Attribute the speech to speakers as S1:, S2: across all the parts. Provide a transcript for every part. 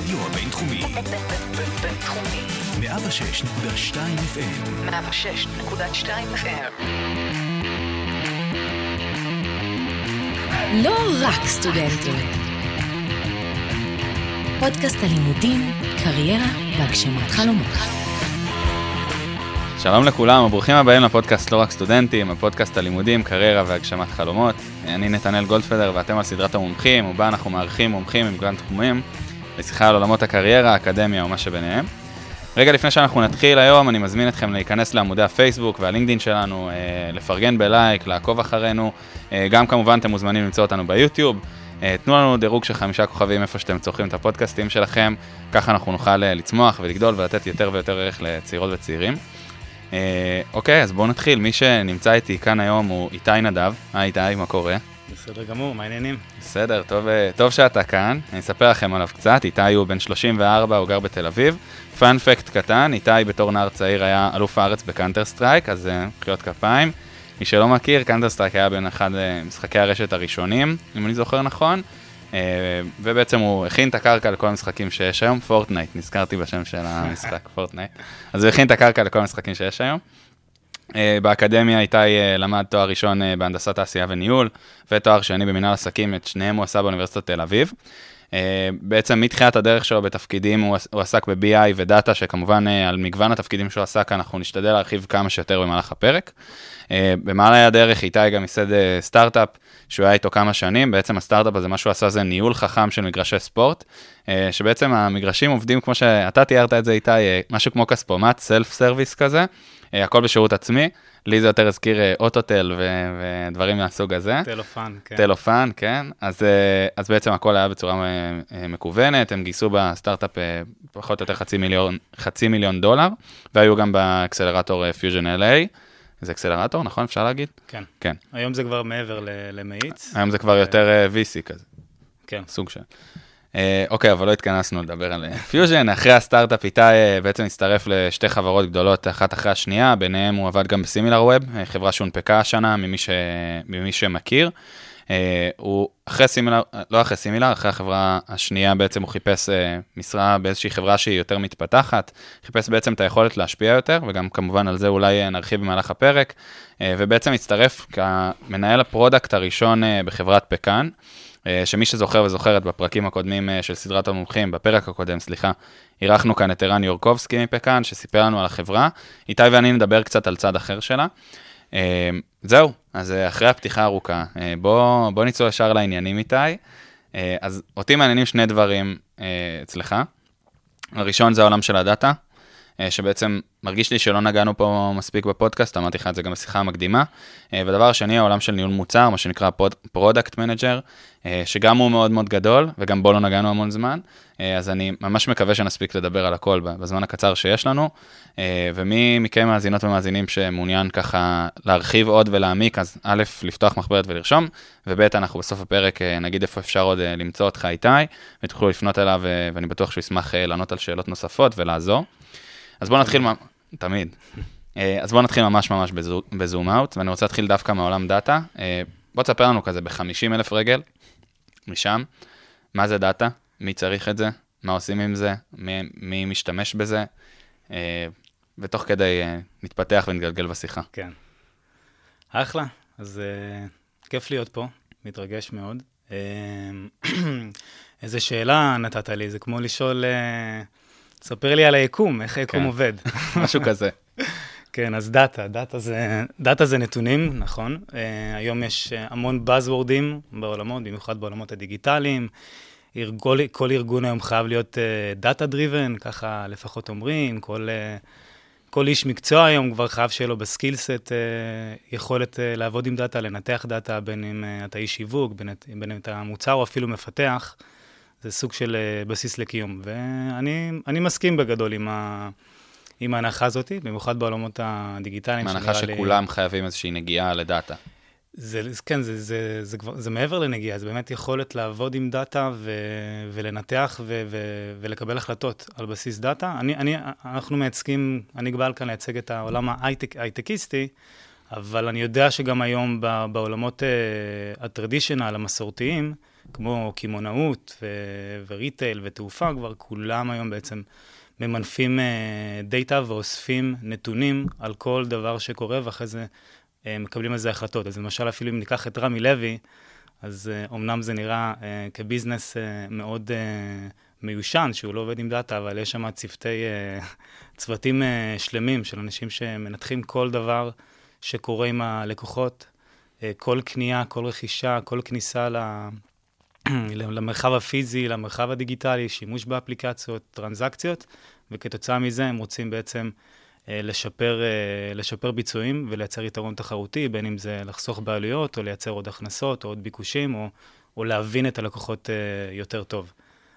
S1: הרדיו הבינתחומי.
S2: בינתחומי.
S1: 106.2 FM.
S2: 106.2 FM.
S3: לא רק סטודנטים. פודקאסט הלימודים, קריירה והגשמת חלומות.
S4: שלום לכולם, וברוכים הבאים לפודקאסט לא רק סטודנטים, הפודקאסט הלימודים, קריירה והגשמת חלומות. אני נתנאל גולדפדר ואתם על סדרת המומחים, ובה אנחנו מארחים מומחים ממגוון תחומים, לשיחה על עולמות הקריירה, האקדמיה ומה שביניהם. רגע לפני שאנחנו נתחיל היום, אני מזמין אתכם להיכנס לעמודי הפייסבוק והלינקדין שלנו, לפרגן בלייק, לעקוב אחרינו, גם כמובן אתם מוזמנים למצוא אותנו ביוטיוב. תנו לנו דירוג של 5 כוכבים איפה שאתם צורכים את הפודקאסטים שלכם, ככה אנחנו נוכל לצמוח ולגדול ולתת יותר ויותר ערך לצעירות וצעירים. אוקיי, אז בואו נתחיל. מי שנמצא איתי כאן היום הוא איתי נדב. איתי, מה קורה?
S5: בסדר גמור, מה העניינים?
S4: בסדר, טוב שאתה כאן. אני אספר לכם עליו קצת. איתי הוא בן 34, הוא גר בתל אביב. פאנפקט קטן, איתי בתור נער צעיר היה אלוף הארץ בקאנטר סטרייק, אז מחיאות כפיים. מי שלא מכיר, קאנטר סטרייק היה בין אחד משחקי הרשת הראשונים, אם אני זוכר נכון. ובעצם הוא הכין את הקרקע לכל המשחקים שיש היום, פורטנייט, נזכרתי בשם של המשחק, פורטנייט. אז הוא הכין את הקרקע לכל המשחקים שיש היום. באקדמיה איתי למד תואר ראשון בהנדסת תעשייה וניהול, ותואר שני במנהל עסקים, את שניהם הוא עשה באוניברסיטת תל אביב. בעצם מתחילת הדרך שלו בתפקידים הוא עסק ב-BI ודאטה, שכמובן על מגוון התפקידים שהוא עסק, אנחנו נשתדל להרחיב כמה שיותר במהלך הפרק. במעלה הדרך איתי גם ייסד סטארט-אפ, שהוא היה איתו כמה שנים. בעצם הסטארט-אפ הזה, מה שהוא עשה זה ניהול חכם של מגרשי ספורט, שבעצם המגרשים עובדים כמו שאתה תיארת את זה איתי, משהו כמו כספומט, סלף סרוויס כזה, הכל בשירות עצמי. לי זה יותר הזכיר אוטוטל ודברים מהסוג הזה.
S5: טלופן, כן.
S4: טלופן, כן. אז בעצם הכל היה בצורה מקוונת, הם גייסו בסטארט-אפ פחות או יותר $500,000, והיו גם באקסלרטור פיוז'ן LA. זה אקסלרטור, נכון? אפשר להגיד?
S5: כן.
S4: כן.
S5: היום זה כבר מעבר למאיץ.
S4: היום זה כבר יותר VC כזה.
S5: כן.
S4: סוג של. אוקיי, אבל לא התכנסנו לדבר על פיוז'ן. אחרי הסטארט-אפ איתי בעצם הצטרף לשתי חברות גדולות, אחת אחרי השנייה, ביניהם הוא עבד גם בסימילר ווב, חברה שהונפקה השנה ממי שמכיר. הוא אחרי סימילר, לא אחרי סימילר, אחרי החברה השנייה בעצם הוא חיפש משרה באיזושהי חברה שהיא יותר מתפתחת, חיפש בעצם את היכולת להשפיע יותר, וגם כמובן על זה אולי נרחיב במהלך הפרק, ובעצם הצטרף כמנהל הפרודקט הראשון בחברת פקן, שמי שזוכר וזוכרת בפרקים הקודמים של סדרת המומחים, בפרק הקודם, אירחנו כאן את ערן יורקובסקי מפקן, שסיפר לנו על החברה. איתי ואני נדבר קצת על צד אחר שלה. זהו, אז אחרי הפתיחה הארוכה, בוא ניצול ישר לעניינים איתי. אז אותי מעניינים שני דברים אצלך. הראשון זה העולם של הדאטה, שבעצם מרגיש לי שלא נגענו פה מספיק בפודקאסט, אמרתי לך את זה גם בשיחה המקדימה. והדבר השני, העולם של ניהול מוצר, מה שנקרא פרודקט מנג'ר, שגם הוא מאוד מאוד גדול, וגם בו לא נגענו המון זמן. אז אני ממש מקווה שנספיק לדבר על הכל בזמן הקצר שיש לנו. ומי מכם מאזינות ומאזינים שמעוניין ככה להרחיב עוד ולהעמיק, אז א', לפתוח מחברת ולרשום, וב', אנחנו בסוף הפרק נגיד איפה אפשר עוד למצוא אותך איתי, ותוכלו לפנות אליו, ואני בטוח שהוא ישמח לענות על שאלות נוספות ולעזור. אז בואו נתחיל, תמיד. אז בואו נתחיל ממש בזום אאוט, ואני רוצה להתחיל דווקא מעולם דאטה. בואו תספר לנו כזה ב-50,000 רגל, משם, מה זה דאטה, מי צריך את זה, מה עושים עם זה, מי משתמש בזה, ותוך כדי נתפתח ונתגלגל בשיחה.
S5: כן. אחלה, אז כיף להיות פה, מתרגש מאוד. איזה שאלה נתת לי, זה כמו לשאול... ספר לי על היקום, איך היקום עובד.
S4: משהו כזה.
S5: כן, אז דאטה זה נתונים, נכון. היום יש המון buzzwordים בעולמות, במיוחד בעולמות הדיגיטליים. כל ארגון היום חייב להיות data driven, ככה לפחות אומרים. כל איש מקצוע היום כבר חייב שיהיה לו בסקילסט יכולת לעבוד עם דאטה, לנתח דאטה, בין אם אתה איש שיווק, בין אם אתה מוצר או אפילו מפתח. זה סוג של בסיס לקיום, ואני מסכים בגדול עם ההנחה הזאת, במיוחד בעולמות הדיגיטליים.
S4: ההנחה שכולם חייבים איזושהי נגיעה לדאטה.
S5: כן, זה מעבר לנגיעה, זה באמת יכולת לעבוד עם דאטה ולנתח ולקבל החלטות על בסיס דאטה. אנחנו מייצגים, אני בא כאן לייצג את העולם ההייטקיסטי, אבל אני יודע שגם היום בעולמות הטרדישיונל, המסורתיים, כמו קימונאות וריטייל ותעופה, כבר כולם היום בעצם ממנפים דאטה ואוספים נתונים על כל דבר שקורה, ואחרי זה מקבלים על זה החלטות. אז למשל, אפילו אם ניקח את רמי לוי, אז אומנם זה נראה כביזנס מאוד מיושן, שהוא לא עובד עם דאטה, אבל יש שם צוותים שלמים של אנשים שמנתחים כל דבר שקורה עם הלקוחות, כל קנייה, כל רכישה, כל כניסה למרחב הפיזי, למרחב הדיגיטלי, שימוש באפליקציות, טרנזקציות, וכתוצאה מזה הם רוצים בעצם לשפר ביצועים ולייצר יתרון תחרותי, בין אם זה לחסוך בעלויות, או לייצר עוד הכנסות, או עוד ביקושים, או להבין את הלקוחות יותר טוב.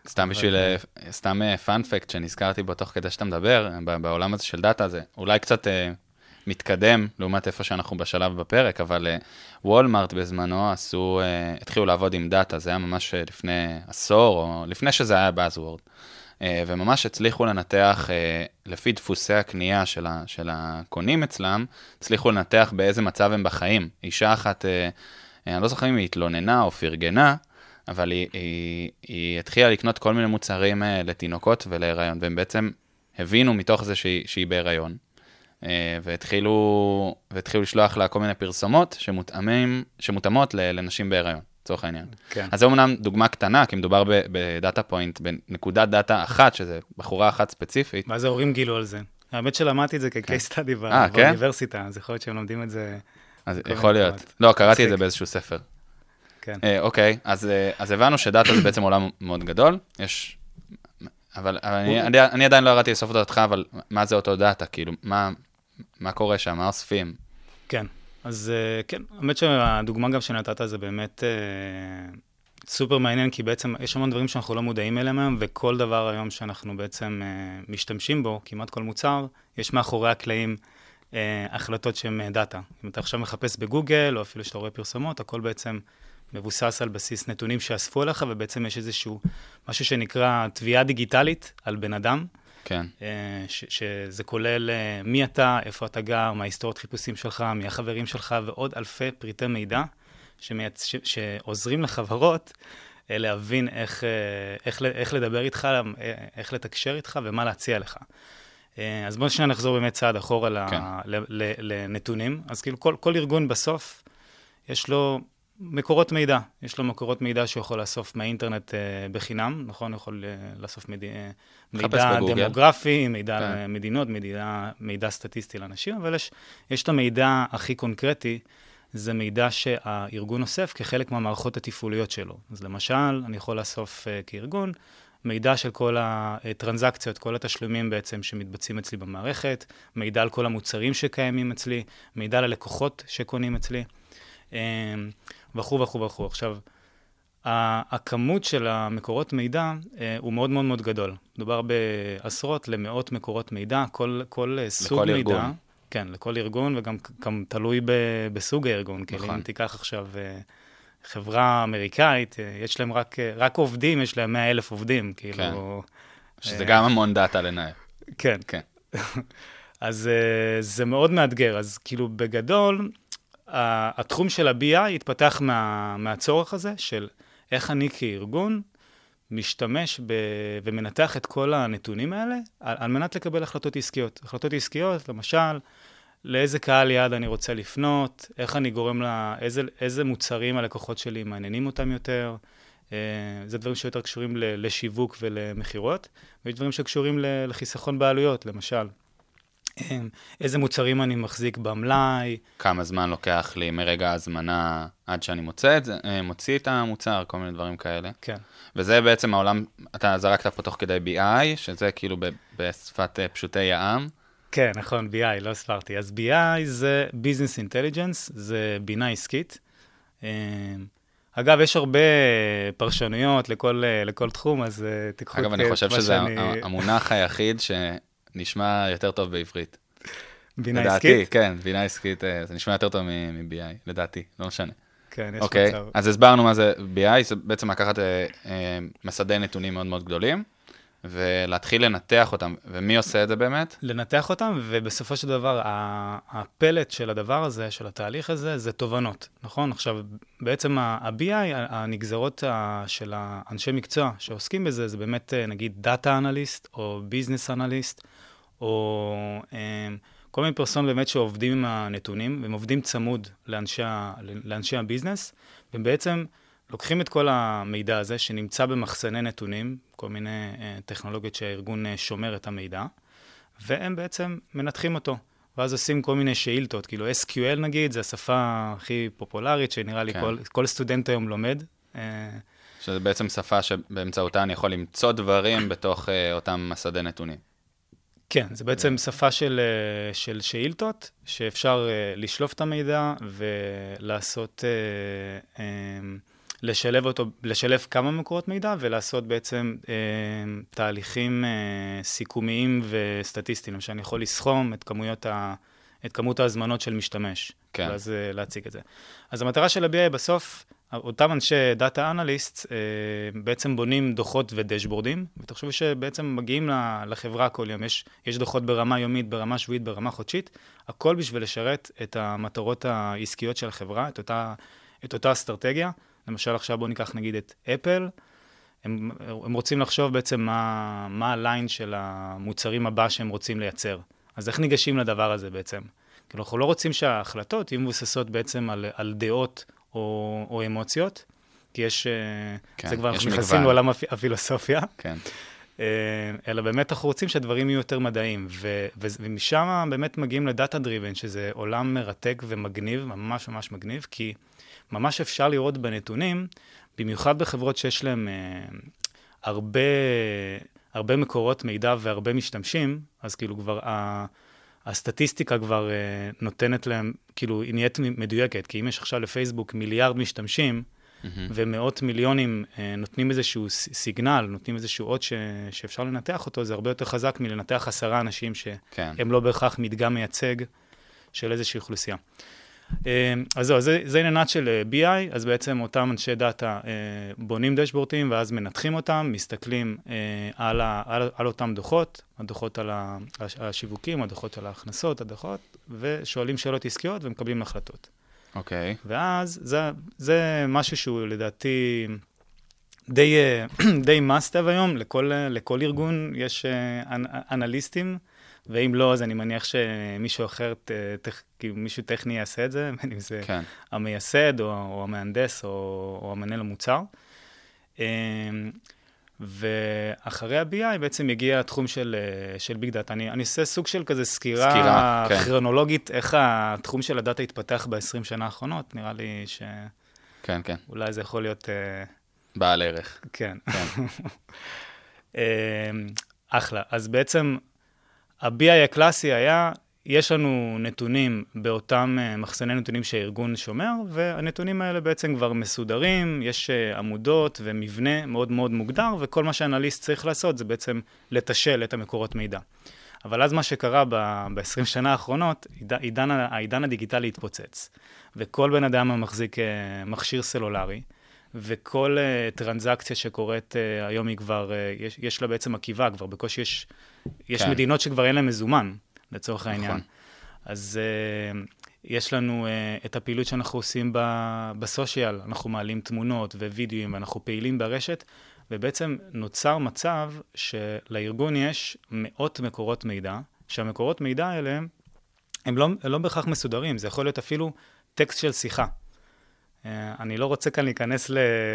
S4: סתם פאנפקט שנזכרתי בו תוך כדי שאתה מדבר, בעולם הזה של דאטה, זה אולי קצת מתקדם, לעומת איפה שאנחנו בשלב בפרק, אבל וולמארט בזמנו התחילו לעבוד עם דאטה, זה היה ממש לפני עשור, או לפני שזה היה באזוורד, וממש הצליחו לנתח, לפי דפוסי הקנייה של הקונים אצלם, הצליחו לנתח באיזה מצב הם בחיים. אישה אחת, אני לא זוכר אם היא התלוננה או פרגנה, אבל היא התחילה לקנות כל מיני מוצרים לתינוקות ולהיריון, והם בעצם הבינו מתוך זה שהיא בהיריון, והתחילו לשלוח לה כל מיני פרסומות שמותאמות לנשים בהיריון, לצורך העניין.
S5: כן.
S4: אז זה אומנם דוגמה קטנה, כי מדובר בדאטה פוינט, בנקודת דאטה אחת, שזה בחורה אחת ספציפית.
S5: ואז ההורים גילו על זה. האמת שלמדתי את זה כ-case study באוניברסיטה, אז יכול להיות שהם לומדים את זה.
S4: אז יכול להיות. לא, קראתי את זה באיזשהו ספר.
S5: כן.
S4: אוקיי, אז הבנו שדאטה זה בעצם עולם מאוד גדול, אבל אני עדיין לא הראיתי לסוף דעתך, אבל מה זה אותו דאטה? כאילו, מה קורה שם? מה אוספים?
S5: כן, אז כן, האמת שהדוגמה גם שנתת זה באמת סופר מעניין, כי בעצם יש המון דברים שאנחנו לא מודעים אליהם היום, וכל דבר היום שאנחנו בעצם משתמשים בו, כמעט כל מוצר, יש מאחורי הקלעים החלטות שהן דאטה. אם אתה עכשיו מחפש בגוגל, או אפילו שאתה רואה פרסומות, הכל בעצם מבוסס על בסיס נתונים שאספו עליך, ובעצם יש איזשהו משהו שנקרא תביעה דיגיטלית על בן אדם,
S4: כן.
S5: שזה כולל מי אתה, איפה אתה גר, מה ההיסטוריות חיפושים שלך, מי החברים שלך, ועוד אלפי פריטי מידע שעוזרים לחברות להבין איך לדבר איתך, איך לתקשר איתך ומה להציע לך. אז בואו שנייה נחזור באמת צעד אחורה לנתונים. אז כאילו כל ארגון בסוף יש לו מקורות מידע. יש לו מקורות מידע שיכול לאסוף מהאינטרנט בחינם, נכון? יכול לאסוף מידע דמוגרפי, מידע מדינות, מידע סטטיסטי לאנשים, אבל יש את המידע הכי קונקרטי, זה מידע שהארגון אוסף כחלק מהמערכות התפעוליות שלו. אז למשל, אני יכול לאסוף כארגון מידע של כל הטרנזקציות, כל התשלומים בעצם שמתבצעים אצלי במערכת, מידע על כל המוצרים שקיימים אצלי, מידע ללקוחות שקונים אצלי, וכו' וכו' וכו'. עכשיו, הכמות של המקורות מידע הוא מאוד מאוד מאוד גדול. מדובר בעשרות למאות מקורות מידע, כל סוג מידע. ארגון. כן, לכל ארגון, וגם תלוי בסוג הארגון. נכון. כי אם תיקח עכשיו חברה אמריקאית, יש להם רק עובדים, יש להם 100,000 עובדים. כאילו,
S4: כן. שזה גם המון דאטה לנהל.
S5: כן. כן. אז זה מאוד מאתגר. אז כאילו בגדול, התחום של ה-BI התפתח מהצורך הזה של איך אני כארגון משתמש ומנתח את כל הנתונים האלה על מנת לקבל החלטות עסקיות. החלטות עסקיות, למשל, לאיזה קהל יעד אני רוצה לפנות, איך אני גורם איזה מוצרים הלקוחות שלי מעניינים אותם יותר. זה דברים שיותר קשורים לשיווק ולמחירות, ויש דברים שקשורים לחיסכון בעלויות, למשל. איזה מוצרים אני מחזיק במלאי.
S4: כמה זמן לוקח לי מרגע ההזמנה עד שאני מוציא את המוצר, כל מיני דברים כאלה. כן. וזה בעצם העולם, אתה זרקת פה תוך כדי BI, שזה כאילו בשפת פשוטי העם.
S5: כן, נכון, BI, לא ספרתי. אז BI זה Business Intelligence, זה בינה עסקית. אגב, יש הרבה פרשנויות לכל תחום, אז תיקחו את
S4: אגב, אני חושב שזה המונח היחיד נשמע יותר טוב בעברית.
S5: בינה
S4: לדעתי,
S5: עסקית?
S4: כן, בינה עסקית, זה נשמע יותר טוב מ-BI, לדעתי, לא משנה.
S5: כן, יש
S4: אוקיי,
S5: מצב.
S4: אז הסברנו מה זה BI, זה בעצם לקחת מסדי נתונים מאוד מאוד גדולים, ולהתחיל לנתח אותם. ומי עושה את זה באמת?
S5: לנתח אותם, ובסופו של דבר, הפלט של הדבר הזה, של התהליך הזה, זה תובנות, נכון? עכשיו, בעצם ה-BI, הנגזרות של האנשי מקצוע שעוסקים בזה, זה באמת, נגיד, דאטה אנליסט, או ביזנס אנליסט, או כל מיני פרסונות באמת שעובדים עם הנתונים, והם עובדים צמוד לאנשי הביזנס, והם בעצם לוקחים את כל המידע הזה שנמצא במחסני נתונים, כל מיני טכנולוגיות שהארגון שומר את המידע, והם בעצם מנתחים אותו. ואז עושים כל מיני שאילתות, כאילו SQL נגיד, זה השפה הכי פופולרית, שנראה לי כל סטודנט היום לומד.
S4: שזה בעצם שפה שבאמצעותה אני יכול למצוא דברים בתוך אותם מסדי נתונים.
S5: כן, זה בעצם שפה של שאילתות, שאפשר לשלוף את המידע ולעשות, לשלב כמה מקורות מידע, ולעשות בעצם תהליכים סיכומיים וסטטיסטיים, שאני יכול לסכום את כמות ההזמנות של משתמש,
S4: כן.
S5: ואז להציג את זה. אז המטרה של ה-BI בסוף, אותם אנשי דאטה אנליסט בעצם בונים דוחות ודשבורדים, ותחשבו שבעצם מגיעים לחברה כל יום, יש דוחות ברמה יומית, ברמה שבועית, ברמה חודשית, הכל בשביל לשרת את המטרות העסקיות של החברה, את אותה אסטרטגיה. למשל עכשיו בואו ניקח נגיד את אפל, הם רוצים לחשוב בעצם מה הליין של המוצרים הבא שהם רוצים לייצר. אז איך ניגשים לדבר הזה בעצם? כי אנחנו לא רוצים שההחלטות יהיו מבוססות בעצם על דעות, או אמוציות, כי יש,
S4: כן,
S5: זה כבר אנחנו נכנסים לעולם הפילוסופיה,
S4: כן.
S5: אלא באמת אנחנו רוצים שהדברים יהיו יותר מדעיים, ומשם באמת מגיעים לדאטה דריבן, שזה עולם מרתק ומגניב, ממש ממש מגניב, כי ממש אפשר לראות בנתונים, במיוחד בחברות שיש להם הרבה מקורות מידע והרבה משתמשים, אז כאילו כבר הסטטיסטיקה כבר נותנת להם, כאילו היא נהיית מדויקת, כי אם יש עכשיו לפייסבוק מיליארד משתמשים, ומאות מיליונים נותנים איזשהו סיגנל, נותנים איזשהו אות שאפשר לנתח אותו, זה הרבה יותר חזק מלנתח 10 אנשים שהם לא בהכרח מדגם מייצג של איזושהי אוכלוסייה. אז זהו, זה עניינת של BI, אז בעצם אותם אנשי דאטה בונים דשבורדים, ואז מנתחים אותם, מסתכלים על אותם דוחות, הדוחות על השיווקים, הדוחות על ההכנסות, הדוחות, ושואלים שאלות עסקיות ומקבלים החלטות.
S4: אוקיי.
S5: ואז זה משהו שהוא לדעתי די must-have היום, לכל ארגון יש אנליסטים, ואם לא, אז אני מניח שמישהו אחר, מישהו טכני יעשה את זה, בין אם זה המייסד או המהנדס או המנהל המוצר. ואחרי ה-BI בעצם יגיע התחום של ביג דאטה. אני אעשה סוג של כזה סקירה כרונולוגית, איך התחום של הדאטה התפתח ב-20 שנה האחרונות. נראה לי שאולי זה יכול להיות
S4: בעל ערך.
S5: כן. אחלה. אז בעצם ה-BI הקלאסי היה, יש לנו נתונים באותם מחסני נתונים שהארגון שומר, והנתונים האלה בעצם כבר מסודרים, יש עמודות ומבנה מאוד מאוד מוגדר, וכל מה שהאנליסט צריך לעשות זה בעצם לתשל את המקורות מידע. אבל אז מה שקרה ב-20 שנה האחרונות, העידן הדיגיטלי התפוצץ, וכל בן אדם מחזיק מכשיר סלולרי, וכל טרנזקציה שקורית היום היא כבר, יש לה בעצם עקיבה, כבר בקושי יש מדינות שכבר אין להם מזומן, לצורך העניין. אז יש לנו את הפעילות שאנחנו עושים בסושיאל, אנחנו מעלים תמונות ווידאוים, ואנחנו פעילים ברשת, ובעצם נוצר מצב שלארגון יש מאות מקורות מידע, שהמקורות מידע האלה הם לא בהכרח מסודרים, זה יכול להיות אפילו טקסט של שיחה. אני לא רוצה כאן להיכנס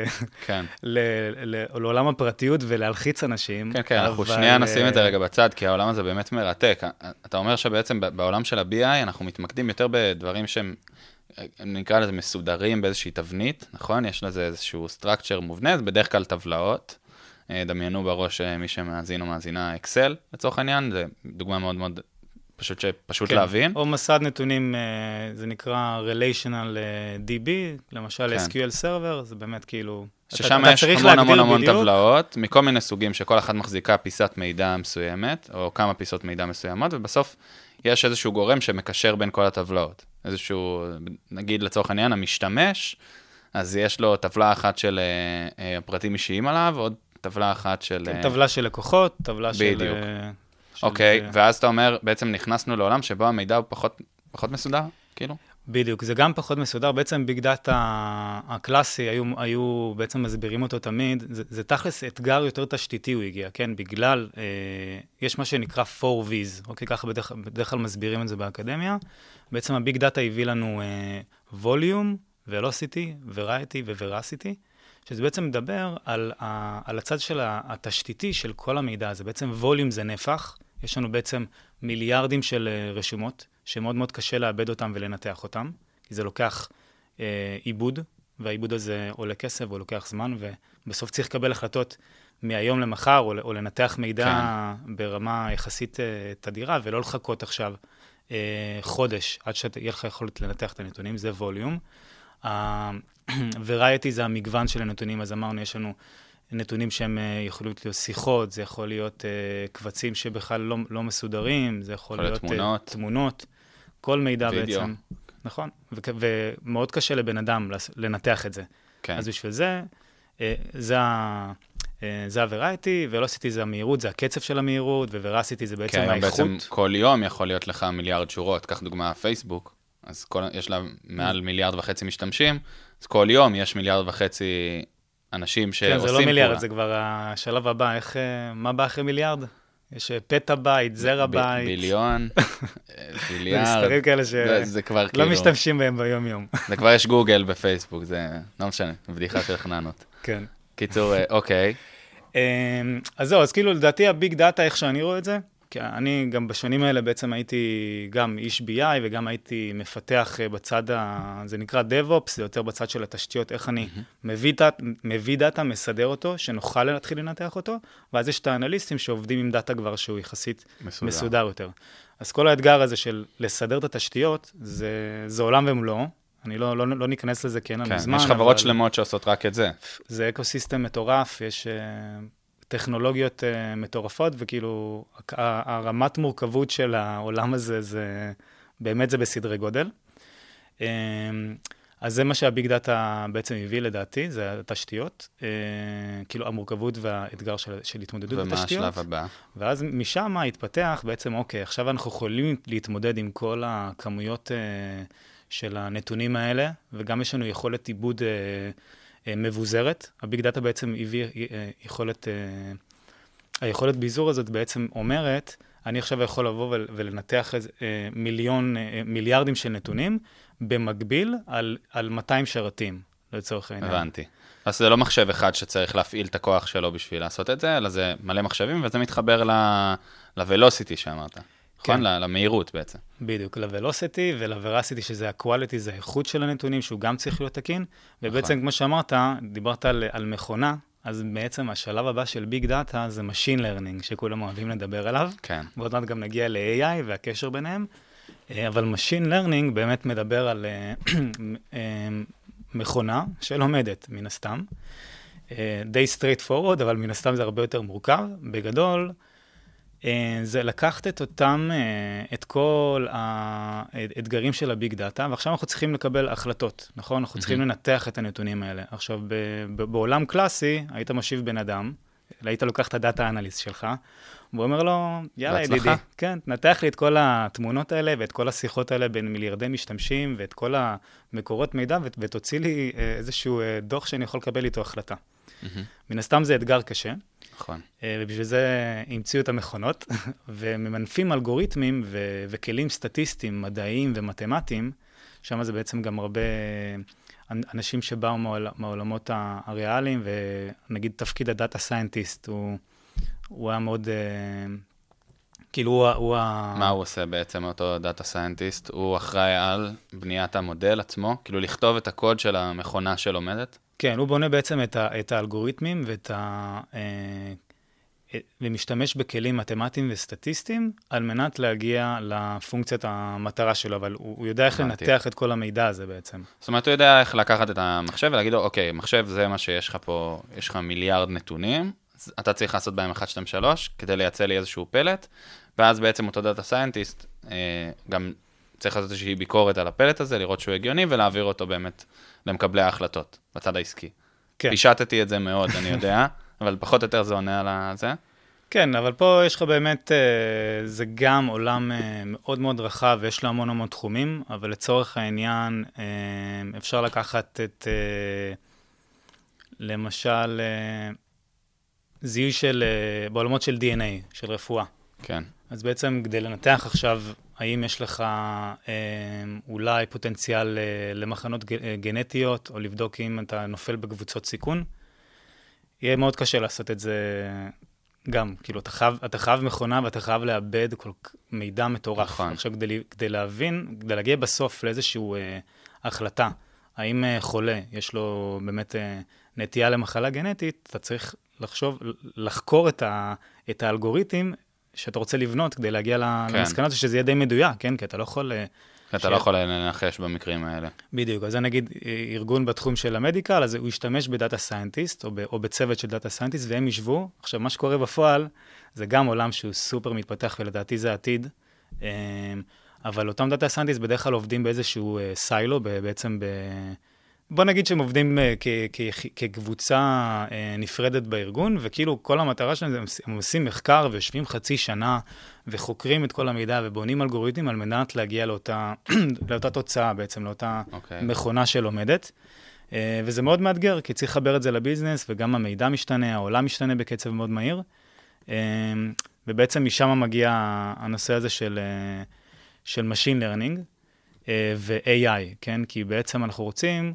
S5: לעולם הפרטיות ולהלחיץ אנשים.
S4: כן, אנחנו שנייה נשים את זה רגע בצד, כי העולם הזה באמת מרתק. אתה אומר שבעצם בעולם של ה-BI אנחנו מתמקדים יותר בדברים שהם, נקרא לזה מסודרים באיזושהי תבנית, נכון? יש לזה איזשהו structure מובנה, זה בדרך כלל טבלאות. דמיינו בראש מי שמאזין או מאזינה אקסל, לצורך העניין, זה דוגמה מאוד מאוד פשוט להבין.
S5: או מסד נתונים, זה נקרא Relational DB, למשל SQL Server, זה באמת כאילו...
S4: ששם יש המון טבלאות, מכל מיני סוגים שכל אחד מחזיקה פיסת מידע מסוימת, או כמה פיסות מידע מסוימות, ובסוף יש איזשהו גורם שמקשר בין כל הטבלאות. איזשהו, נגיד לצורך העניין, המשתמש, אז יש לו טבלה אחת של פרטים אישיים עליו, עוד טבלה אחת של...
S5: כן, טבלה של לקוחות, טבלה של...
S4: בדיוק. אוקיי, ואז אתה אומר, בעצם נכנסנו לעולם שבו המידע הוא פחות מסודר, כאילו?
S5: בדיוק, זה גם פחות מסודר. בעצם ביג דאטה הקלאסי, היו בעצם מסבירים אותו תמיד, זה תכלס אתגר יותר תשתיתי הוא הגיע, כן? בגלל, יש מה שנקרא 4Vs, אוקיי? ככה בדרך כלל מסבירים את זה באקדמיה. בעצם הביג דאטה הביא לנו volume, velocity, variety ו-veracity, שזה בעצם מדבר על הצד של התשתיתי של כל המידע הזה. בעצם volume זה נפח, יש לנו בעצם מיליארדים של רשומות, שמאוד מאוד קשה לאבד אותם ולנתח אותם, כי זה לוקח עיבוד, והעיבוד הזה עולה כסף, הוא לוקח זמן, ובסוף צריך לקבל החלטות מהיום למחר, או לנתח מידע כן. ברמה יחסית תדירה, ולא לחכות עכשיו חודש, עד שיהיה לך יכולת לנתח את הנתונים, זה ווליום. variety זה המגוון של הנתונים, אז אמרנו, יש לנו נתונים שהם יכולים להיות שיחות, זה יכול להיות קבצים שבכלל לא מסודרים, זה יכול להיות תמונות, כל מידע וידאו. בעצם. נכון, ומאוד קשה לבן אדם לנתח את זה. כן. אז בשביל זה, זה ה-variety, velocity זה המהירות, זה הקצב של המהירות, ו-veracity זה בעצם האיכות.
S4: בעצם כל יום יכול להיות לך מיליארד שורות, כך דוגמה פייסבוק, אז יש לה מעל 1.5 מיליארד משתמשים, אז כל יום יש 1.5 מיליארד אנשים שעושים
S5: פעולה. כן, זה לא מיליארד, זה כבר השלב הבא, מה בא אחרי מיליארד? יש פטאבייט, זרבייט.
S4: ביליון, ביליארד.
S5: זה מספרים כאלה שלא משתמשים בהם ביום-יום.
S4: זה כבר יש גוגל בפייסבוק, זה לא משנה, בדיחה של חננות.
S5: כן.
S4: קיצור, אוקיי.
S5: אז זהו, אז כאילו לדעתי הביג דאטה, איך שאני רואה את זה, כי אני גם בשנים האלה בעצם הייתי גם איש BI וגם מפתח בצד, זה נקרא DevOps, זה יותר בצד של התשתיות, איך אני מביא דאטה, מסדר אותו, שנוכל להתחיל לנתח אותו, ואז יש את האנליסטים שעובדים עם דאטה כבר שהוא יחסית מסודר יותר. אז כל האתגר הזה של לסדר את התשתיות, זה עולם ומלואו, אני לא ניכנס לזה כי אין לנו זמן.
S4: יש חברות שלמות שעושות רק את זה.
S5: זה אקוסיסטם מטורף, יש טכנולוגיות מטורפות, וכאילו הרמת מורכבות של העולם הזה, באמת זה בסדרי גודל. אז זה מה שהביג דאטה בעצם הביא לדעתי, זה התשתיות, כאילו המורכבות והאתגר של התמודדות בתשתיות.
S4: ומה השלב הבא?
S5: ואז משם התפתח בעצם, אוקיי, עכשיו אנחנו יכולים להתמודד עם כל הכמויות של הנתונים האלה, וגם יש לנו יכולת עיבוד מבוזרת. הביג דאטה בעצם הביא היכולת ביזור הזאת בעצם אומרת, אני עכשיו יכול לבוא ולנתח מיליארדים של נתונים, במקביל על 200 שרתים, לצורך העניין.
S4: הבנתי. אז זה לא מחשב אחד שצריך להפעיל את הכוח שלו בשביל לעשות את זה, אלא זה מלא מחשבים, וזה מתחבר ל-velocity שאמרת. נכון? למהירות בעצם.
S5: בדיוק, ל-velocity ול-veracity, שזה ה-quality, זה האיכות של הנתונים, שהוא גם צריך להיות תקין, ובעצם כמו שאמרת, דיברת על מכונה, אז בעצם השלב הבא של ביג דאטה זה Machine Learning, שכולם אוהבים לדבר עליו.
S4: כן.
S5: ועוד מעט גם נגיע ל-AI והקשר ביניהם, אבל Machine Learning באמת מדבר על מכונה שלומדת, מן הסתם. די straight forward, אבל מן הסתם זה הרבה יותר מורכב. בגדול, זה לקחת את כל האתגרים של הביג דאטה, ועכשיו אנחנו צריכים לקבל החלטות, נכון? אנחנו צריכים לנתח את הנתונים האלה. עכשיו, בעולם קלאסי, היית מושיב בן אדם, היית לוקח את הדאטה אנליסט שלך, והוא אומר לו, יאללה, ידידי, כן, נתח לי את כל התמונות האלה, ואת כל השיחות האלה בין מיליארדי משתמשים, ואת כל המקורות מידע, ותוציא לי איזשהו דוח שאני יכול לקבל איתו החלטה. מן הסתם זה אתגר קשה.
S4: נכון.
S5: ובשביל זה המציאו את המכונות, וממנפים אלגוריתמים וכלים סטטיסטיים, מדעיים ומתמטיים, שם זה בעצם גם הרבה אנשים שבאו מהעולמות הריאליים, ונגיד תפקיד הדאטה סיינטיסט, הוא היה מאוד, כאילו הוא
S4: מה הוא עושה בעצם אותו דאטה סיינטיסט? הוא אחראי על בניית המודל עצמו, כאילו לכתוב את הקוד של המכונה שלומדת?
S5: כן, הוא בונה בעצם את האלגוריתמים ומשתמש בכלים מתמטיים וסטטיסטיים על מנת להגיע לפונקציית המטרה שלו, אבל הוא יודע איך לנתח את כל המידע הזה בעצם.
S4: זאת אומרת, הוא יודע איך לקחת את המחשב ולהגיד לו, אוקיי, מחשב זה מה שיש לך פה, יש לך מיליארד נתונים, אז אתה צריך לעשות בהם 1, 2, 3, כדי לייצא לי איזשהו פלט, ואז בעצם אותו דאטה סיינטיסט גם צריך לעשות איזושהי ביקורת על הפלט הזה, לראות שהוא הגיוני, ולהעביר אותו באמת למקבלי ההחלטות, בצד העסקי.
S5: כן.
S4: פישטתי את זה מאוד, אני יודע, אבל פחות או יותר זה עונה על זה.
S5: כן, אבל פה יש לך באמת, זה גם עולם מאוד מאוד רחב, ויש לו המון המון תחומים, אבל לצורך העניין, אפשר לקחת את, למשל, זיהוי של, בעולמות של DNA, של רפואה.
S4: כן.
S5: אז בעצם כדי לנתח עכשיו, האם יש לך אולי פוטנציאל למחנות גנטיות, או לבדוק אם אתה נופל בקבוצות סיכון, יהיה מאוד קשה לעשות את זה גם. כאילו, אתה חייב מכונה ואתה חייב לאבד מידע מטורף.
S4: נכון.
S5: עכשיו, כדי להבין, כדי להגיע בסוף לאיזושהי החלטה, האם חולה יש לו באמת נטייה למחלה גנטית, אתה צריך לחקור את האלגוריתם, שאתה רוצה לבנות כדי להגיע למסקנה הזאת, שזה יהיה די מדויק, כן? כי אתה לא יכול...
S4: אתה לא יכול לנחש במקרים האלה.
S5: בדיוק, אז זה נגיד ארגון בתחום של המדיקל, אז הוא ישתמש בדאטה סיינטיסט, או בצוות של דאטה סיינטיסט, והם ישבו. עכשיו, מה שקורה בפועל, זה גם עולם שהוא סופר מתפתח, ולדעתי זה העתיד, אבל אותם דאטה סיינטיסט בדרך כלל עובדים באיזשהו סיילו, בעצם בוא נגיד שהם עובדים כקבוצה נפרדת בארגון, וכאילו כל המטרה שלהם, הם עושים מחקר ויושבים חצי שנה, וחוקרים את כל המידע ובונים אלגוריתמים על מנת להגיע לאותה תוצאה בעצם, לאותה מכונה שלומדת. וזה מאוד מאתגר, כי צריך לחבר את זה לביזנס, וגם המידע משתנה, העולם משתנה בקצב מאוד מהיר. ובעצם משם מגיע הנושא הזה של Machine Learning ו-AI, כן? כי בעצם אנחנו רוצים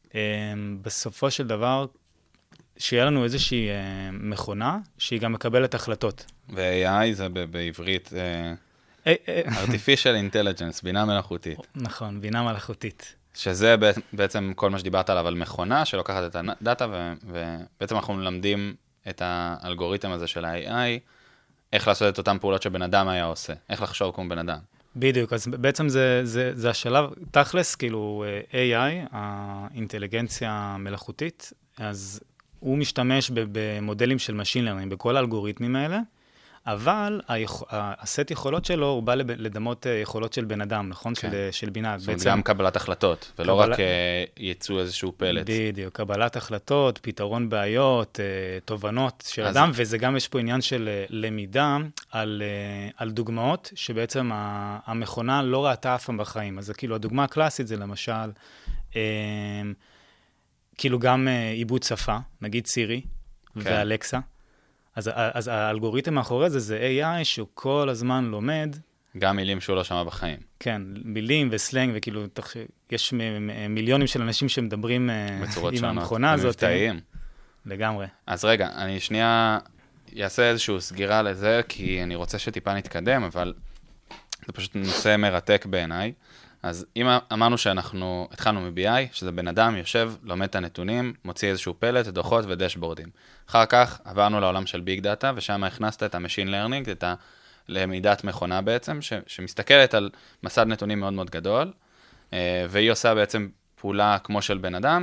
S5: בסופו של דבר, שיהיה לנו איזושהי מכונה, שהיא גם מקבלת החלטות.
S4: ו-AI זה בעברית Artificial Intelligence, בינה מלאכותית.
S5: נכון, בינה מלאכותית.
S4: שזה בעצם כל מה שדיברת עליו על מכונה, שלוקחת את הדאטה, ובעצם אנחנו מלמדים את האלגוריתם הזה של ה-AI, איך לעשות את אותן פעולות שבן אדם היה עושה, איך לחשוב כמו בן אדם.
S5: בדיוק, אז בעצם זה השלב, תכלס, כאילו AI, האינטליגנציה המלאכותית, אז הוא משתמש במודלים של Machine Learning, בכל האלגוריתמים האלה, אבל הסט יכולות שלו, הוא בא לדמות יכולות של בן אדם, נכון? של בינה.
S4: זאת אומרת, גם קבלת החלטות, ולא רק ייצוא איזשהו פלט.
S5: בדיוק, קבלת החלטות, פתרון בעיות, תובנות של אדם, וזה גם יש פה עניין של למידה על דוגמאות, שבעצם המכונה לא ראתה אף פעם בחיים. אז כאילו, הדוגמה הקלאסית זה למשל, כאילו גם עיבוד שפה, נגיד סירי ואלקסה, אז האלגוריתם מאחורי זה AI שהוא כל הזמן לומד.
S4: גם מילים שהוא לא שמע בחיים.
S5: כן, מילים וסלנג, וכאילו, יש מיליונים של אנשים שמדברים עם המכונה הזאת.
S4: מבטאים.
S5: לגמרי.
S4: אז רגע, אני שנייה אעשה איזושהי סגירה לזה, כי אני רוצה שטיפה נתקדם, אבל זה פשוט נושא מרתק בעיניי. אז אם אמרנו שאנחנו התחלנו מ-BI, שזה בן אדם יושב, לומד את הנתונים, מוציא איזשהו פלט, דוחות ודשבורדים. אחר כך עברנו לעולם של ביג דאטה, ושם הכנסת את ה-Machine Learning, את הלמידת מכונה בעצם, שמסתכלת על מסד נתונים מאוד מאוד גדול, והיא עושה בעצם פעולה כמו של בן אדם,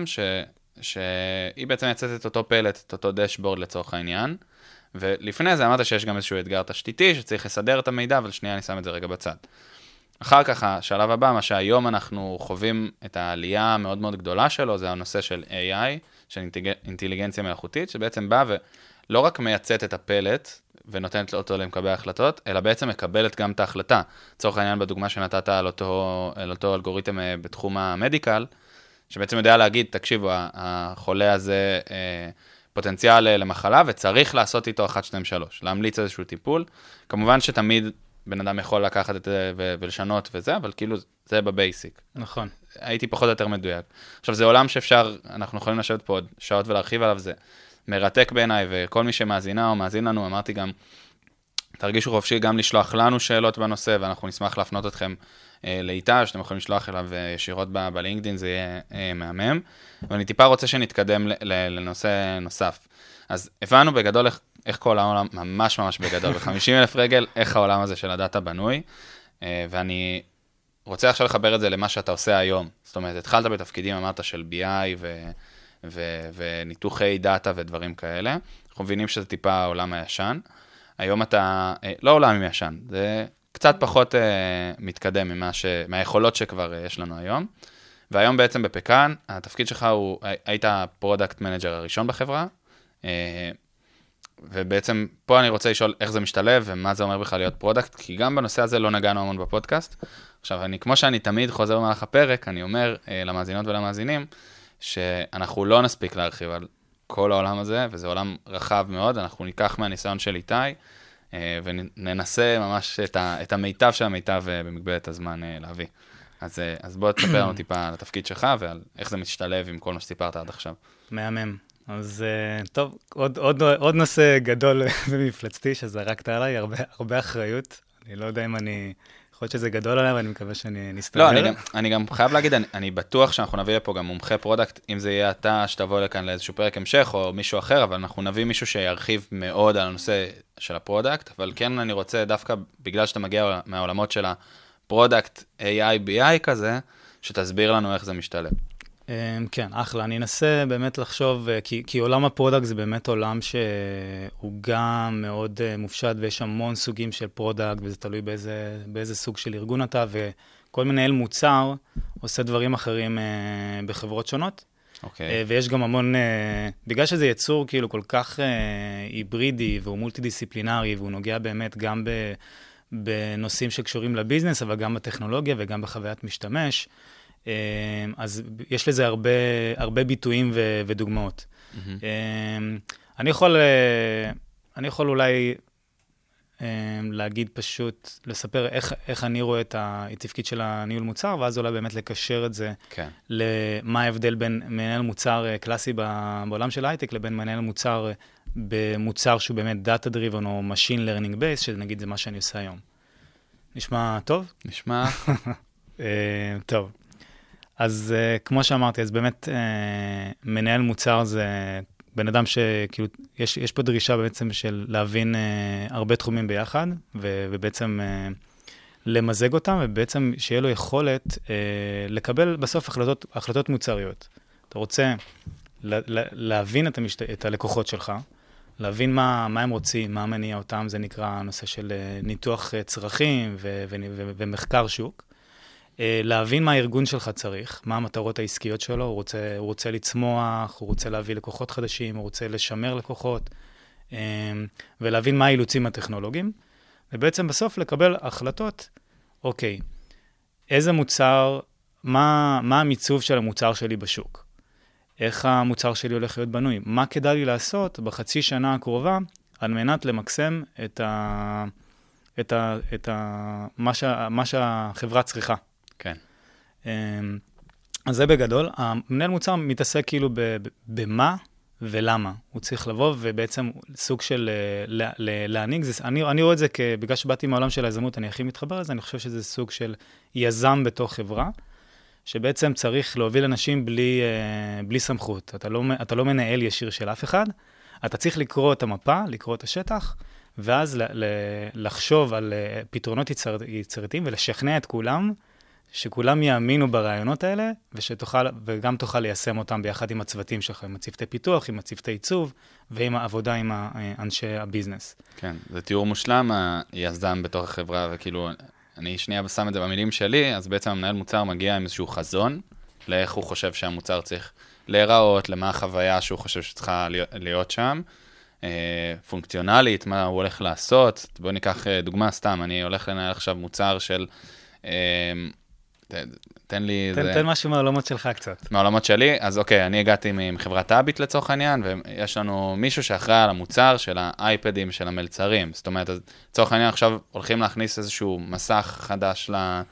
S4: שהיא בעצם יצאת את אותו פלט, את אותו דשבורד לצורך העניין, ולפני זה אמרת שיש גם איזשהו אתגר תשתיתי, שצריך לסדר את המידע, אבל שנייה אני שם את זה רגע בצד. אחר כך, השלב הבא, מה שהיום אנחנו חווים את העלייה המאוד מאוד גדולה שלו, זה הנושא של AI, של אינטליגנציה מלאכותית, שבעצם בא ולא רק מייצאת את הפלט, ונותנת אותו למקבל החלטות, אלא בעצם מקבלת גם את ההחלטה. לצורך העניין, בדוגמה שנתת על אותו אלגוריתם בתחום המדיקל, שבעצם יודע להגיד, תקשיבו, החולה הזה פוטנציאל למחלה, וצריך לעשות איתו 1, 2, 3, להמליץ איזשהו טיפול. כמובן שתמיד בן אדם יכול לקחת את זה ולשנות וזה, אבל כאילו זה בבייסיק.
S5: נכון.
S4: הייתי פחות או יותר מדויק. עכשיו, זה עולם שאפשר, אנחנו יכולים לשבת פה עוד שעות ולהרחיב עליו, זה מרתק בעיניי, וכל מי שמאזינה או מאזין לנו, אמרתי גם, תרגישו חופשי גם לשלוח לנו שאלות בנושא, ואנחנו נשמח להפנות אתכם לאיתה, שאתם יכולים לשלוח אליו ישירות בלינקדין, זה יהיה מהמם. ואני טיפה רוצה שנתקדם לנושא נוסף. אז הבנו בגדול איך כל העולם, ממש ממש בגדול, ב-50,000 רגל, איך העולם הזה של הדאטה בנוי, ואני רוצה עכשיו לחבר את זה למה שאתה עושה היום. זאת אומרת, התחלת בתפקידים, אמרת, של BI וניתוחי דאטה ודברים כאלה. אנחנו מבינים שזה טיפה העולם הישן. היום אתה, לא עולם ישן, זה קצת פחות מתקדם מהיכולות שכבר יש לנו היום. והיום בעצם בפקן, התפקיד שלך הוא, היית הפרודקט מנג'ר הראשון בחברה, ובעצם פה אני רוצה לשאול איך זה משתלב, ומה זה אומר בכלל להיות פרודקט, כי גם בנושא הזה לא נגענו המון בפודקאסט. עכשיו, כמו שאני תמיד חוזר במהלך הפרק, אני אומר למאזינות ולמאזינים, שאנחנו לא נספיק להרחיב על כל העולם הזה, וזה עולם רחב מאוד, אנחנו ניקח מהניסיון של איתי, וננסה ממש את המיטב של המיטב במגבלת הזמן להביא. אז בוא תספר לנו טיפה על התפקיד שלך, ועל איך זה משתלב עם כל מה שסיפרת עד עכשיו.
S5: מהמם. אז טוב, עוד נושא גדול ומפלצתי שזרקת עליי, הרבה אחריות. אני לא יודע אם יכול להיות שזה גדול עליי, ואני מקווה שאני נסתדר.
S4: לא, אני גם חייב להגיד, אני בטוח שאנחנו נביא לפה גם מומחה פרודקט, אם זה יהיה אתה שתבוא לכאן לאיזשהו פרק המשך, או מישהו אחר, אבל אנחנו נביא מישהו שירחיב מאוד על הנושא של הפרודקט, אבל כן אני רוצה דווקא, בגלל שאתה מגיע מהעולמות של הפרודקט AI, BI כזה, שתסביר לנו איך זה משתלב.
S5: כן, אחלה. אני אנסה באמת לחשוב, כי עולם הפרודקט זה באמת עולם שהוא גם מאוד מופשט, ויש המון סוגים של פרודקט, וזה תלוי באיזה סוג של ארגון אתה, וכל מנהל מוצר עושה דברים אחרים בחברות שונות.
S4: אוקיי.
S5: ויש גם המון, בגלל שזה יצור כאילו כל כך היברידי, והוא מולטי-דיסציפלינרי, והוא נוגע באמת גם בנושאים שקשורים לביזנס, אבל גם בטכנולוגיה וגם בחוויית משתמש, אז יש לזה הרבה ביטויים ודוגמאות. אני יכול אולי להגיד פשוט, לספר איך אני רואה את התפקיד של הניהול מוצר, ואז אולי באמת לקשר את זה למה ההבדל בין מנהל מוצר קלאסי בעולם של הייטק, לבין מנהל מוצר במוצר שהוא באמת Data Driven או Machine Learning Based, שנגיד זה מה שאני עושה היום. נשמע טוב?
S4: נשמע.
S5: טוב. אז כמו שאמרתי, אז באמת מנהל מוצר זה בן אדם שכאילו, יש פה דרישה בעצם של להבין הרבה תחומים ביחד, ובעצם למזג אותם, ובעצם שיהיה לו יכולת לקבל בסוף החלטות מוצריות. אתה רוצה להבין את הלקוחות שלך, להבין מה הם רוצים, מה מניע אותם, זה נקרא הנושא של ניתוח צרכים ומחקר שוק. להבין מה הארגון שלך צריך, מה המטרות העסקיות שלו, הוא רוצה לצמוח, הוא רוצה להביא לקוחות חדשים, הוא רוצה לשמר לקוחות, ולהבין מה האילוצים הטכנולוגיים, ובעצם בסוף לקבל החלטות, אוקיי, איזה מוצר, מה המיצוב של המוצר שלי בשוק? איך המוצר שלי הולך להיות בנוי? מה כדאי לי לעשות בחצי שנה הקרובה, על מנת למקסם מה שהחברה צריכה.
S4: כן.
S5: אז זה בגדול. המנהל מוצר מתעסק כאילו במה ולמה. הוא צריך לבוא ובעצם סוג של להנהיג. אני רואה את זה בגלל שבאתי מהעולם של היזמות, אני הכי מתחבר לזה, אני חושב שזה סוג של יזם בתוך חברה, שבעצם צריך להוביל אנשים בלי סמכות. אתה לא מנהל ישיר של אף אחד, אתה צריך לקרוא את המפה, לקרוא את השטח, ואז לחשוב על פתרונות יצירתיים ולשכנע את כולם, שכולם יאמינו ברעיונות האלה, וגם תוכל ליישם אותם ביחד עם הצוותים שלך, עם הצוותי פיתוח, עם הצוותי עיצוב, ועם העבודה עם אנשי הביזנס.
S4: כן, זה תיאור מושלם, היזם בתוך החברה, וכאילו, אני שנייה שם את זה במילים שלי, אז בעצם המנהל מוצר מגיע עם איזשהו חזון, לאיך הוא חושב שהמוצר צריך להיראות, למה החוויה שהוא חושב שצריכה להיות שם, פונקציונלית, מה הוא הולך לעשות. בואו ניקח דוגמה סתם, אני הולך לנהל עכשיו מוצר של, תן לי...
S5: תן משהו מהעולמות שלך קצת.
S4: מהעולמות שלי, אז אוקיי, אני הגעתי מחברת אביט לצורך העניין, ויש לנו מישהו שאחראי על המוצר של האייפדים, של המלצרים. זאת אומרת, לצורך העניין עכשיו הולכים להכניס איזשהו מסך חדש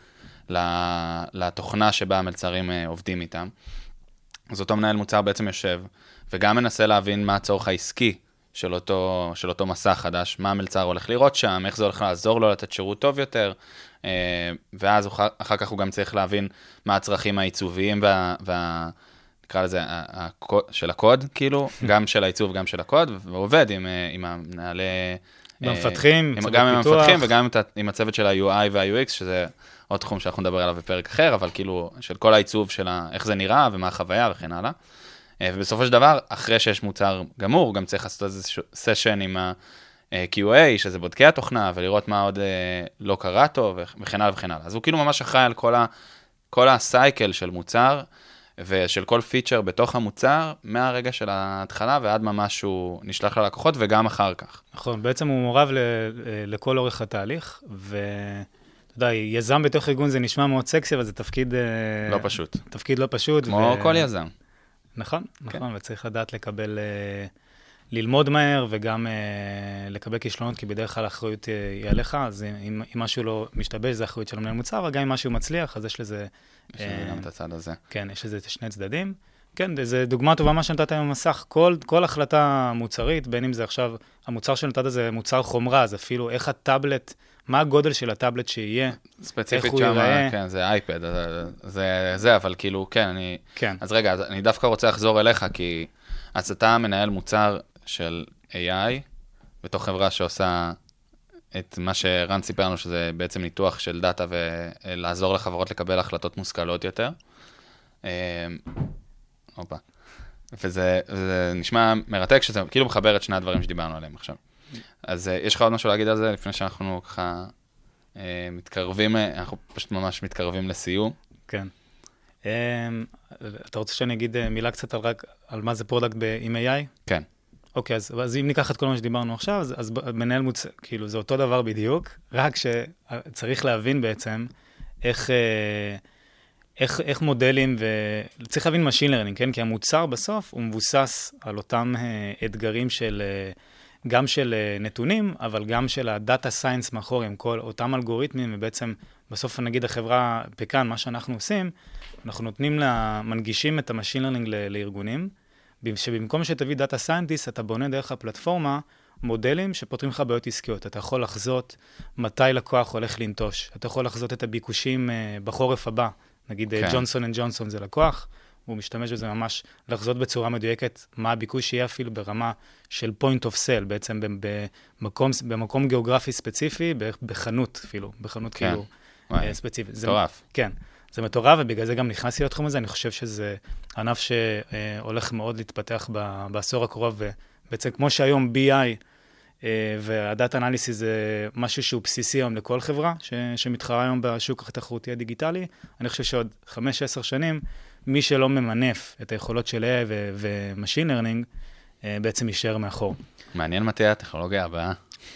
S4: לתוכנה שבה המלצרים עובדים איתם. אז אותו מנהל מוצר בעצם יושב, וגם מנסה להבין מה הצורך העסקי של אותו מסך חדש, מה המלצר הולך לראות שם, איך זה הולך לעזור לו לתת שירות טוב יותר, ואז אחר כך הוא גם צריך להבין מה הצרכים העיצוביים נקרא לזה, של הקוד, כאילו, גם של העיצוב, גם של הקוד, והוא עובד עם המנהלי...
S5: במפתחים,
S4: גם עם המפתחים וגם עם הצוות של ה-UI וה-UX, שזה עוד תחום שאנחנו נדבר עליו בפרק אחר, אבל כאילו, של כל העיצוב של איך זה נראה ומה החוויה וכן הלאה. ובסופו של דבר, אחרי שיש מוצר גמור, הוא גם צריך לעשות איזה סשן עם ה-QA, שזה בודקי התוכנה, ולראות מה עוד לא קרה טוב, וכן הלאה וכן הלאה. אז הוא כאילו ממש אחראי על כל הסייקל של מוצר, ושל כל פיצ'ר בתוך המוצר, מהרגע של ההתחלה ועד ממש שהוא נשלח ללקוחות, וגם אחר כך.
S5: נכון, בעצם הוא מעורב לכל אורך התהליך, אתה יודע, יזם בתוך ארגון זה נשמע מאוד סקסי, אבל זה תפקיד...
S4: לא פשוט.
S5: תפקיד לא פשוט.
S4: כמו כל יזם.
S5: נכון, נכון, וצריך לדעת לקבל, ללמוד מהר, וגם לקבל כישלונות, כי בדרך כלל האחריות היא עליך, אז אם משהו לא משתבש, זה האחריות של המנהל מוצר, אבל גם אם משהו מצליח, אז יש לזה...
S4: יש לזה גם את הצד הזה.
S5: כן, יש לזה שני צדדים. כן, זו דוגמה טובה מה שנתת היום במסך. כל החלטה מוצרית, בין אם זה עכשיו, המוצר שנתת זה מוצר חומרה, אז אפילו איך הטאבלט, מה הגודל של הטאבלט שיהיה,
S4: ספציפית שם, כן, זה אייפד, זה, אבל כאילו, כן, אני...
S5: כן.
S4: אז רגע, אני דווקא רוצה לחזור אליך, כי אז אתה מנהל מוצר של AI, בתוך חברה שעושה את מה שרן סיפר לנו, שזה בעצם ניתוח של דאטה, ולעזור לחברות לקבל החלטות מושכלות יותר. אופה. וזה נשמע מרתק, שזה כאילו מחבר את שני הדברים שדיברנו עליהם עכשיו. אז יש לך עוד משהו להגיד על זה, לפני שאנחנו ככה מתקרבים, אנחנו פשוט ממש מתקרבים לסיום.
S5: כן. אתה רוצה שאני אגיד מילה קצת על מה זה פרודקט עם AI?
S4: כן.
S5: אוקיי, אז אם ניקח את כל מה שדיברנו עכשיו, אז מנהל מוצר, כאילו זה אותו דבר בדיוק, רק שצריך להבין בעצם איך מודלים, וצריך להבין Machine Learning, כן? כי המוצר בסוף הוא מבוסס על אותם אתגרים גם של נתונים, אבל גם של הדאטה סיינס מאחורי, כל אותם אלגוריתמים, ובעצם בסוף נגיד החברה פקן, מה שאנחנו עושים, אנחנו מנגישים את ה-Machine Learning לארגונים, שבמקום שתביא דאטה סיינטיסט, אתה בונה דרך הפלטפורמה מודלים שפותרים לך בעיות עסקיות. אתה יכול לחזות מתי לקוח הולך לנטוש. אתה יכול לחזות את הביקושים בחורף הבא. נגיד ג'ונסון אנד ג'ונסון זה לקוח, הוא משתמש בזה ממש לחזות בצורה מדויקת מה הביקוש יהיה אפילו ברמה של point of sale, בעצם במקום גיאוגרפי ספציפי, בחנות אפילו, בחנות כאילו ספציפית.
S4: זה מטורף.
S5: כן. זה מטורף, ובגלל זה גם נכנסתי לתחום הזה, אני חושב שזה ענף שהולך מאוד להתפתח בעשור הקרוב, ובעצם כמו שהיום BI והדאטה אנליסיס זה משהו שהוא בסיסי היום לכל חברה, שמתחרה היום בשוק התחרותי הדיגיטלי, אני חושב שעוד 5-10 שנים, מי שלא ממנף את היכולות של AI ו-Machine Learning, בעצם יישאר מאחור.
S4: מעניין מתי הטכנולוגיה הבאה.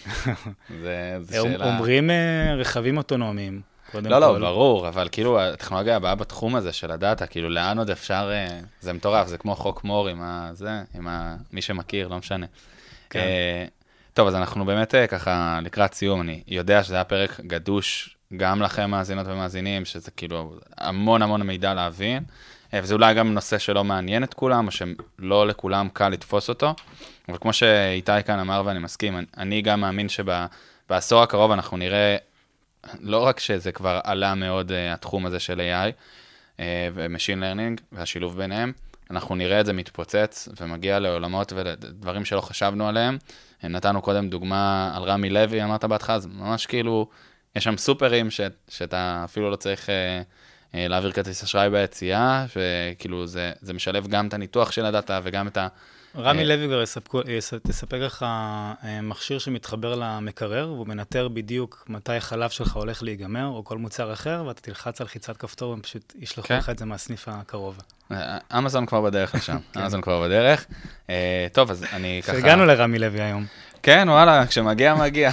S4: זה שאלה...
S5: אומרים רכבים אוטונומיים.
S4: לא, ברור, אבל כאילו הטכנולוגיה הבאה בתחום הזה של הדאטה, כאילו לאן עוד אפשר, זה מטורף, זה כמו חוק מור עם מי שמכיר, לא משנה. טוב, אז אנחנו באמת ככה לקראת סיום, אני יודע שזה היה פרק גדוש גם לכם מאזינות ומאזינים, שזה כאילו המון המון מידע להבין, וזה אולי גם נושא שלא מעניין את כולם, או שלא לכולם קל לתפוס אותו, אבל כמו שאיתי כאן אמר ואני מסכים, אני גם מאמין שבעשור הקרוב אנחנו נראה, לא רק שזה כבר עלה מאוד התחום הזה של AI ו-Machine Learning והשילוב ביניהם, אנחנו נראה את זה מתפוצץ ומגיע לעולמות ודברים שלא חשבנו עליהם. נתנו קודם דוגמה על רמי לוי, אמרת בהתחלה, אז ממש כאילו, יש שם סופרים שאתה אפילו לא צריך להעביר כרטיס אשראי ביציאה, וכאילו זה משלב גם את הניתוח של הדאטה וגם את ה...
S5: רמי לוי כבר תספק לך מכשיר שמתחבר למקרר, והוא מנטר בדיוק מתי החלב שלך הולך להיגמר, או כל מוצר אחר, ואתה תלחץ על חיצת כפתור, והם פשוט ישלחו לך את זה מהסניף הקרוב.
S4: אמזון כבר בדרך לשם, אמזון כבר בדרך. טוב, אז אני ככה...
S5: הגענו לרמי לוי היום.
S4: כן, וואלה, כשמגיע, מגיע.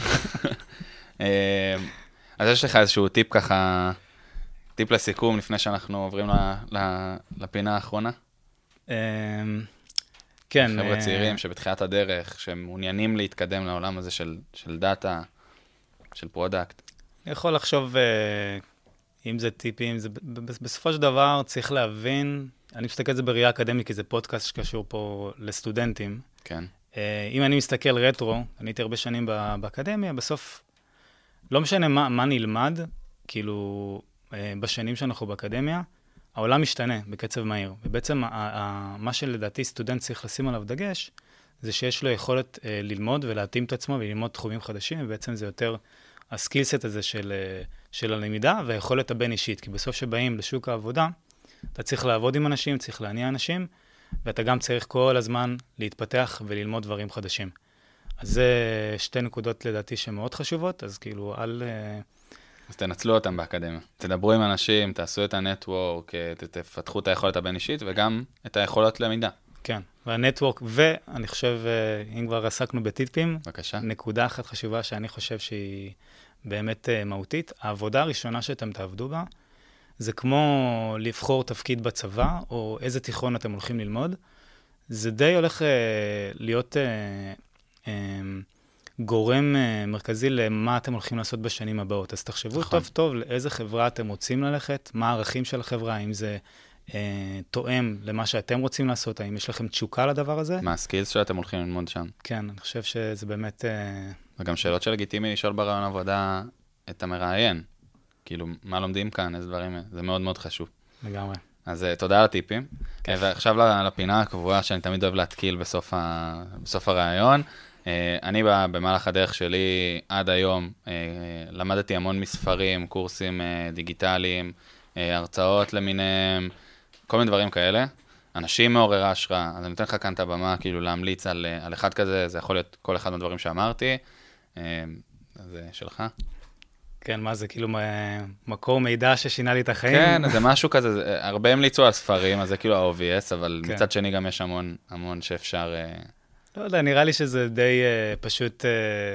S4: אז יש לך איזשהו טיפ ככה, טיפ לסיכום, לפני שאנחנו עוברים לפינה האחרונה?
S5: כן.
S4: חבר'ה צעירים שבתחילת הדרך, שמעוניינים להתקדם לעולם הזה של דאטה, של פרודקט.
S5: אני יכול לחשוב, אם זה טיפים, בסופו של דבר צריך להבין, אני מסתכל על זה בראייה אקדמית, כי זה פודקאסט שקשור פה לסטודנטים.
S4: כן.
S5: אם אני מסתכל רטרו, אני הייתי הרבה שנים באקדמיה, בסוף לא משנה מה נלמד, כאילו בשנים שאנחנו באקדמיה, העולם משתנה בקצב מהיר, ובעצם מה שלדעתי סטודנט צריך לשים עליו דגש, זה שיש לו יכולת ללמוד ולהתאים את עצמו וללמוד תחומים חדשים, ובעצם זה יותר הסקילסט הזה של הלמידה והיכולת הבין אישית, כי בסוף שבאים לשוק העבודה, אתה צריך לעבוד עם אנשים, צריך להניע אנשים, ואתה גם צריך כל הזמן להתפתח וללמוד דברים חדשים. אז זה שתי נקודות לדעתי שמאוד חשובות, אז כאילו
S4: אז תנצלו אותם באקדמיה. תדברו עם אנשים, תעשו את הנטוורק, תפתחו את היכולת הבין-אישית, וגם את היכולות למידה.
S5: כן, והנטוורק, ואני חושב, אם כבר עסקנו בטיפים,
S4: בבקשה.
S5: נקודה אחת חשובה שאני חושב שהיא באמת מהותית, העבודה הראשונה שאתם תעבדו בה, זה כמו לבחור תפקיד בצבא, או איזה תיכון אתם הולכים ללמוד, זה די הולך להיות גורם מרכזי למה אתם הולכים לעשות בשנים הבאות. אז תחשבו טוב טוב לאיזה חברה אתם רוצים ללכת, מה הערכים של החברה, האם זה תואם למה שאתם רוצים לעשות, האם יש לכם תשוקה לדבר הזה.
S4: מה הסקילס שאתם הולכים ללמוד שם?
S5: כן, אני חושב שזה באמת...
S4: וגם שאלות שלגיטימי לשאול ברעיון עבודה את המראיין. כאילו, מה לומדים כאן, איזה דברים, זה מאוד מאוד חשוב.
S5: לגמרי.
S4: אז תודה על הטיפים. ועכשיו לפינה הקבועה שאני תמיד אוהב להתקיל בסוף הרעיון. אני במהלך הדרך שלי עד היום למדתי המון מספרים, קורסים דיגיטליים, הרצאות למיניהם, כל מיני דברים כאלה. אנשים מעוררי השראה, אז אני נותן לך כאן את הבמה, כאילו להמליץ על אחד כזה, זה יכול להיות כל אחד מהדברים שאמרתי. זה שלך.
S5: כן, מה זה, כאילו מקור מידע ששינה לי את החיים?
S4: כן, זה משהו כזה, הרבה המליצו על ספרים, אז זה כאילו ה-obvious, אבל מצד שני גם יש המון שאפשר...
S5: לא יודע, נראה לי שזה די פשוט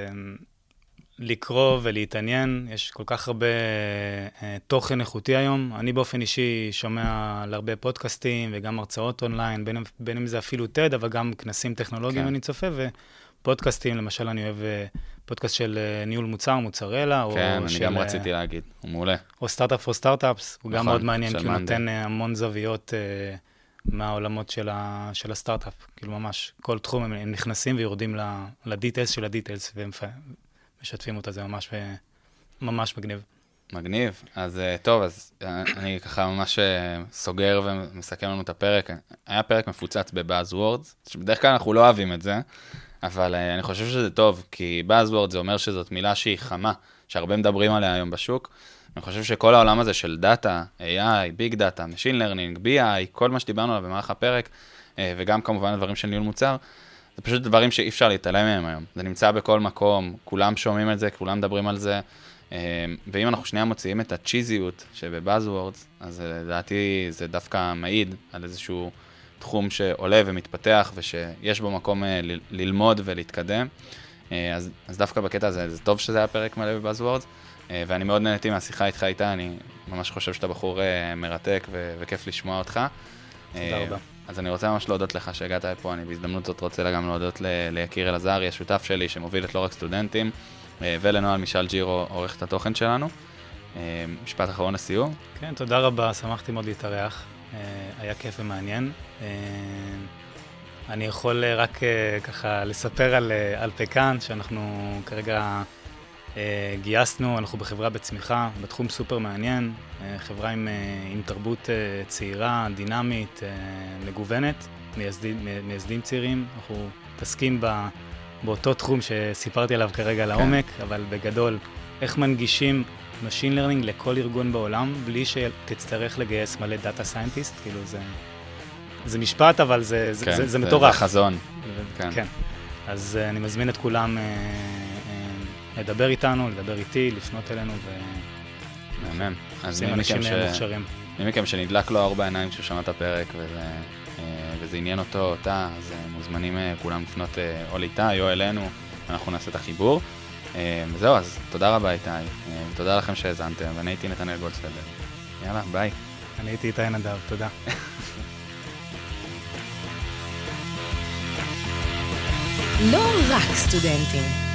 S5: לקרוא ולהתעניין. יש כל כך הרבה תוכן איכותי היום. אני באופן אישי שומע על הרבה פודקאסטים וגם הרצאות אונליין, בין אם זה אפילו TED, אבל גם כנסים טכנולוגיים אני צופה, ופודקאסטים, למשל אני אוהב פודקאסט של ניהול מוצרלה,
S4: כן, אני גם רציתי להגיד, הוא מעולה.
S5: או סטארט-אפ פור סטארט-אפס, הוא גם מאוד מעניין, כי הוא נותן המון זוויות מהעולמות של הסטארט-אפ. כאילו ממש, כל תחום הם נכנסים ויורדים לדיטיילס של הדיטיילס, והם משתפים אותה, זה ממש מגניב.
S4: מגניב. אז טוב, אז אני ככה ממש סוגר ומסכם לנו את הפרק. היה פרק מפוצץ בבאזוורדס, שבדרך כלל אנחנו לא אוהבים את זה, אבל אני חושב שזה טוב, כי Buzzword זה אומר שזאת מילה שהיא חמה, שהרבה מדברים עליה היום בשוק. אני חושב שכל העולם הזה של דאטה, AI, Big Data, Machine Learning, BI, כל מה שדיברנו עליו במהלך הפרק, וגם כמובן הדברים של ניהול מוצר, זה פשוט דברים שאי אפשר להתעלם מהם היום. זה נמצא בכל מקום, כולם שומעים את זה, כולם מדברים על זה, ואם אנחנו שנייה מוציאים את הצ'יזיות שבבאזוורדס, אז לדעתי זה דווקא מעיד על איזשהו תחום שעולה ומתפתח, ושיש בו מקום ללמוד ולהתקדם. אז דווקא בקטע הזה, זה טוב שזה היה פרק מלא בבאזוורדס, ואני מאוד נהניתי מהשיחה איתך איתה, אני ממש חושב שאתה בחור מרתק וכיף לשמוע אותך.
S5: תודה רבה.
S4: אז אני רוצה ממש להודות לך שהגעת לפה, אני בהזדמנות זאת רוצה גם להודות ליקיר אלעזרי, השותף שלי שמוביל את לא רק סטודנטים, ולנועל מישל ג'ירו, עורכת התוכן שלנו. משפט אחרון לסיום.
S5: כן, תודה רבה, שמחתי מאוד להתארח, היה כיף ומעניין. אני יכול רק ככה לספר על פקן, שאנחנו כרגע גייסנו, אנחנו בחברה בצמיחה, בתחום סופר מעניין, חברה עם תרבות צעירה, דינמית, מגוונת, מייסדים צעירים. אנחנו מתעסקים באותו תחום שסיפרתי עליו כרגע לעומק, אבל בגדול, איך מנגישים Machine Learning לכל ארגון בעולם, בלי שתצטרך לגייס מלא דאטה סיינטיסט, כאילו זה משפט, אבל זה מטורף.
S4: זה חזון.
S5: כן. אז אני מזמין את כולם לדבר איתנו, לדבר איתי, לפנות אלינו
S4: מהמם. אז
S5: עושים אנשים מוכשרים.
S4: מי מכם שנדלק לו האור בעיניים כשהוא שמע את הפרק וזה עניין אותו, אותה, אז מוזמנים כולם לפנות או לאיתי או אלינו, אנחנו נעשה את החיבור. וזהו, אז תודה רבה איתי, תודה לכם שהזנתם, ואני הייתי נתנאל גולדפלדר. יאללה, ביי.
S5: אני הייתי איתי נדב, תודה.
S3: לא רק סטודנטים.